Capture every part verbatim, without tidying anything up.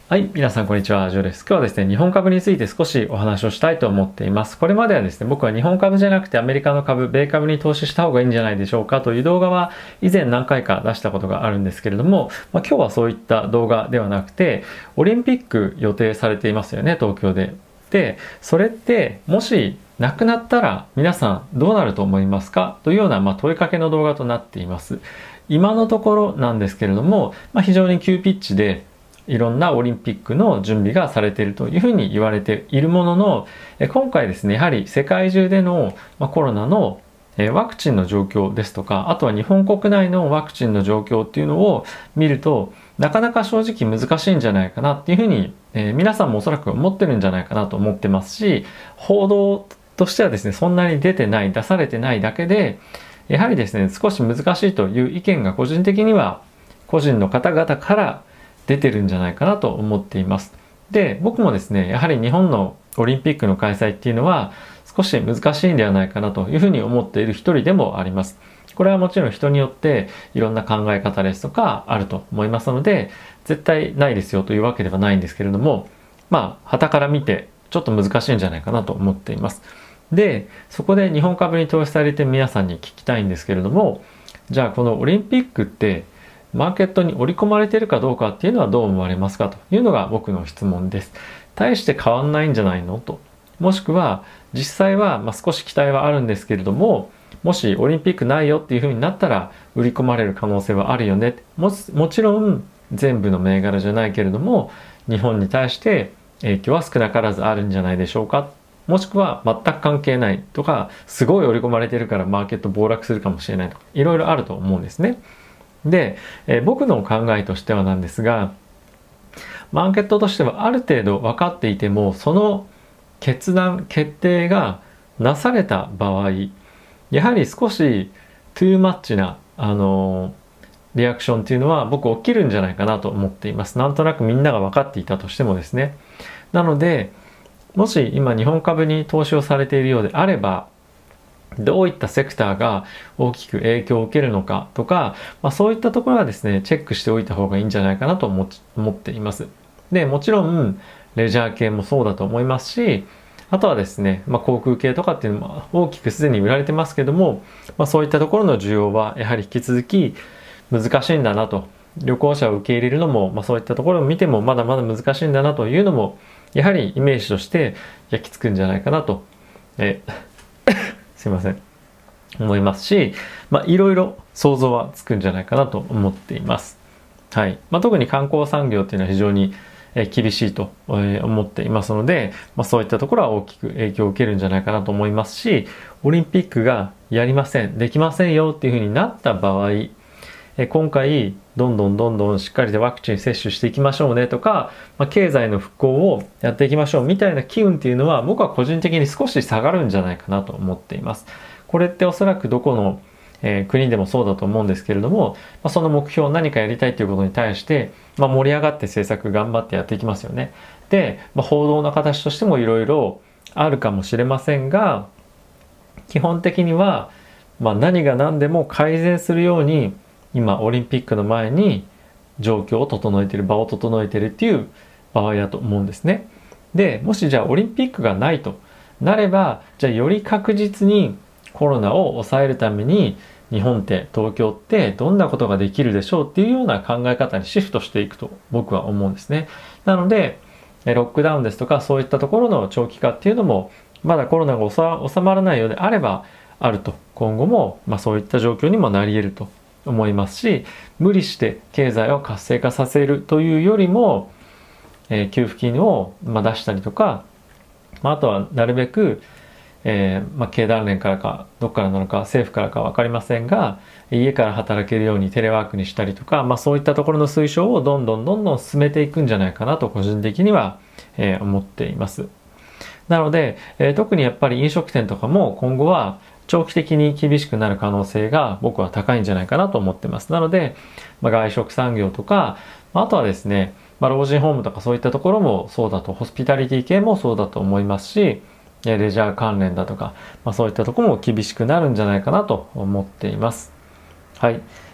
はい、皆さんこんにちは、ジョーです。今日はですね、日本株について少しお話をしたいと思っています。これまではですね、僕は日本株じゃなくてアメリカの株、米株に投資した方がいいんじゃないでしょうかという動画は以前何回か出したことがあるんですけれども、まあ、今日はそういった動画ではなくて、オリンピック予定されていますよね、東京で。で、それってもしなくなったら皆さんどうなると思いますかというような、まあ、問いかけの動画となっています。今のところなんですけれども、まあ、非常に急ピッチでいろんなオリンピックの準備がされているというふうに言われているものの、今回ですね、やはり世界中でのコロナのワクチンの状況ですとか、あとは日本国内のワクチンの状況っていうのを見ると、なかなか正直難しいんじゃないかなっていうふうに、えー、皆さんもおそらく思ってるんじゃないかなと思ってますし、報道としてはですね、そんなに出てない、出されてないだけで、やはりですね、少し難しいという意見が個人的には個人の方々から出てるんじゃないかなと思っています。で、僕もですね、やはり日本のオリンピックの開催っていうのは少し難しいんではないかなというふうに思っている一人でもあります。これはもちろん人によっていろんな考え方ですとかあると思いますので、絶対ないですよというわけではないんですけれども、まあ、傍から見てちょっと難しいんじゃないかなと思っています。で、そこで日本株に投資されて皆さんに聞きたいんですけれども、じゃあこのオリンピックってマーケットに織り込まれているかどうかっていうのはどう思われますかというのが僕の質問です。大して変わんないんじゃないのと。もしくは実際はまあ少し期待はあるんですけれども、もしオリンピックないよっていう風になったら売り込まれる可能性はあるよね。ももちろん全部の銘柄じゃないけれども、日本に対して影響は少なからずあるんじゃないでしょうか。もしくは全く関係ないとか、すごい織り込まれてるからマーケット暴落するかもしれないとか、いろいろあると思うんですね。で、えー、僕の考えとしてはなんですが、マーケットとしてはある程度分かっていても、その決断決定がなされた場合、やはり少しトゥーマッチなあのー、リアクションっていうのは僕起きるんじゃないかなと思っています。なんとなくみんなが分かっていたとしてもですね。なので、もし今日本株に投資をされているようであれば、どういったセクターが大きく影響を受けるのかとか、まあ、そういったところはですね、チェックしておいた方がいいんじゃないかなと思っています。で、もちろん、レジャー系もそうだと思いますし、あとはですね、まあ、航空系とかっていうのも大きくすでに売られてますけども、まあ、そういったところの需要はやはり引き続き難しいんだなと。旅行者を受け入れるのも、まあ、そういったところを見てもまだまだ難しいんだなというのも、やはりイメージとして焼き付くんじゃないかなと。えすいません。思いますし、まあ、いろいろ想像はつくんじゃないかなと思っています。はい。まあ、特に観光産業っていうのは非常に厳しいと思っていますので、まあ、そういったところは大きく影響を受けるんじゃないかなと思いますし、オリンピックがやりません、できませんよっていうふうになった場合、今回どんどんどんどんしっかりとワクチン接種していきましょうねとか、まあ、経済の復興をやっていきましょうみたいな機運っていうのは僕は個人的に少し下がるんじゃないかなと思っています。これっておそらくどこの、えー、国でもそうだと思うんですけれども、まあ、その目標何かやりたいということに対して、まあ、盛り上がって政策頑張ってやっていきますよね。で、まあ、報道の形としてもいろいろあるかもしれませんが、基本的には、まあ、何が何でも改善するように今オリンピックの前に状況を整えている、場を整えているっていう場合だと思うんですね。で、もしじゃあオリンピックがないとなれば、じゃあより確実にコロナを抑えるために日本って東京ってどんなことができるでしょうっていうような考え方にシフトしていくと僕は思うんですね。なのでロックダウンですとかそういったところの長期化っていうのもまだコロナが収まらないようであればあると、今後もまあそういった状況にもなり得ると思いますし、無理して経済を活性化させるというよりも、えー、給付金をまあ出したりとか、まあ、あとはなるべくえーまあ、経団連からかどっからなのか政府からか分かりませんが、家から働けるようにテレワークにしたりとか、まあ、そういったところの推奨をどんどんどんどん進めていくんじゃないかなと個人的には、えー、思っています。なので、えー、特にやっぱり飲食店とかも今後は長期的に厳しくなる可能性が僕は高いんじゃないかなと思ってます。なので、まあ、外食産業とか、あとはですね、まあ、老人ホームとかそういったところもそうだと、ホスピタリティ系もそうだと思いますし、レジャー関連だとか、まあ、そういったところも厳しくなるんじゃないかなと思っています。はい。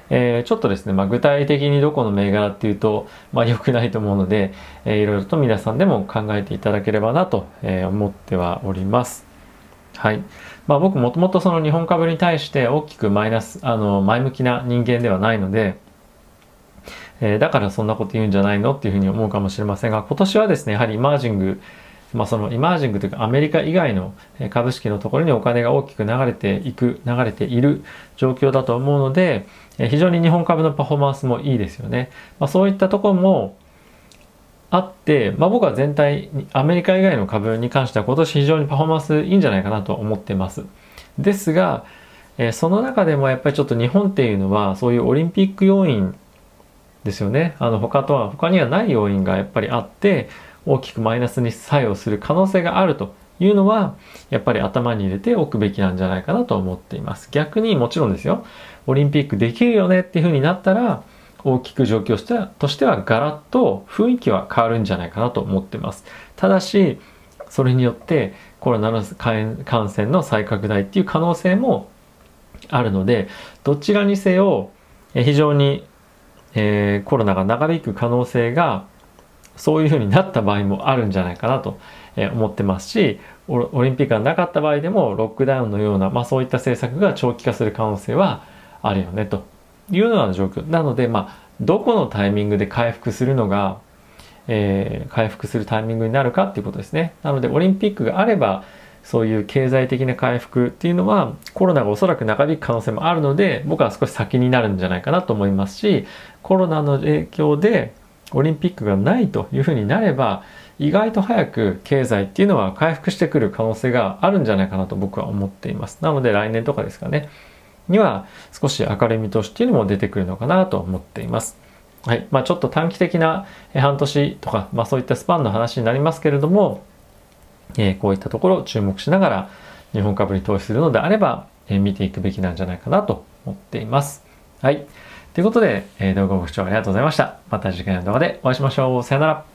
えーちょっとですね、まあ、具体的にどこの銘柄っていうと、まあ、良くないと思うので、えーいろいろと皆さんでも考えていただければなと、えー思ってはおります。はい。まあ、僕もともとその日本株に対して大きくマイナス、あの、前向きな人間ではないので、えーだからそんなこと言うんじゃないのっていうふうに思うかもしれませんが、今年はですね、やはりイマージング、まあ、そのイマージングというかアメリカ以外の株式のところにお金が大きく流れていく、流れている状況だと思うので、非常に日本株のパフォーマンスもいいですよね。まあ、そういったところもあって、まあ、僕は全体にアメリカ以外の株に関しては今年非常にパフォーマンスいいんじゃないかなと思ってます。ですが、えーその中でもやっぱりちょっと日本っていうのはそういうオリンピック要因ですよね。あの他とは他にはない要因がやっぱりあって大きくマイナスに作用する可能性があるというのはやっぱり頭に入れておくべきなんじゃないかなと思っています。逆にもちろんですよ、オリンピックできるよねっていう風になったら大きく状況としてはとしてはガラッと雰囲気は変わるんじゃないかなと思ってます。ただしそれによってコロナの感染の再拡大っていう可能性もあるので、どちらにせよ非常にえーコロナが長引く可能性がそういうふうになった場合もあるんじゃないかなと思ってますし、オオリンピックがなかった場合でもロックダウンのような、まあ、そういった政策が長期化する可能性はあるよねというような状況なので、まあ、どこのタイミングで回復するのが、えー回復するタイミングになるかっていうことですね。なのでオリンピックがあればそういう経済的な回復っていうのはコロナがおそらく長引く可能性もあるので、僕は少し先になるんじゃないかなと思いますし、コロナの影響でオリンピックがないというふうになれば意外と早く経済っていうのは回復してくる可能性があるんじゃないかなと僕は思っています。なので来年とかですかねには少し明るい見通しっていうのも出てくるのかなと思っています。はい。まあちょっと短期的な半年とか、まあそういったスパンの話になりますけれども、えーこういったところを注目しながら日本株に投資するのであれば、えー見ていくべきなんじゃないかなと思っています。はい。ということで、えー動画ご視聴ありがとうございました。また次回の動画でお会いしましょう。さよなら。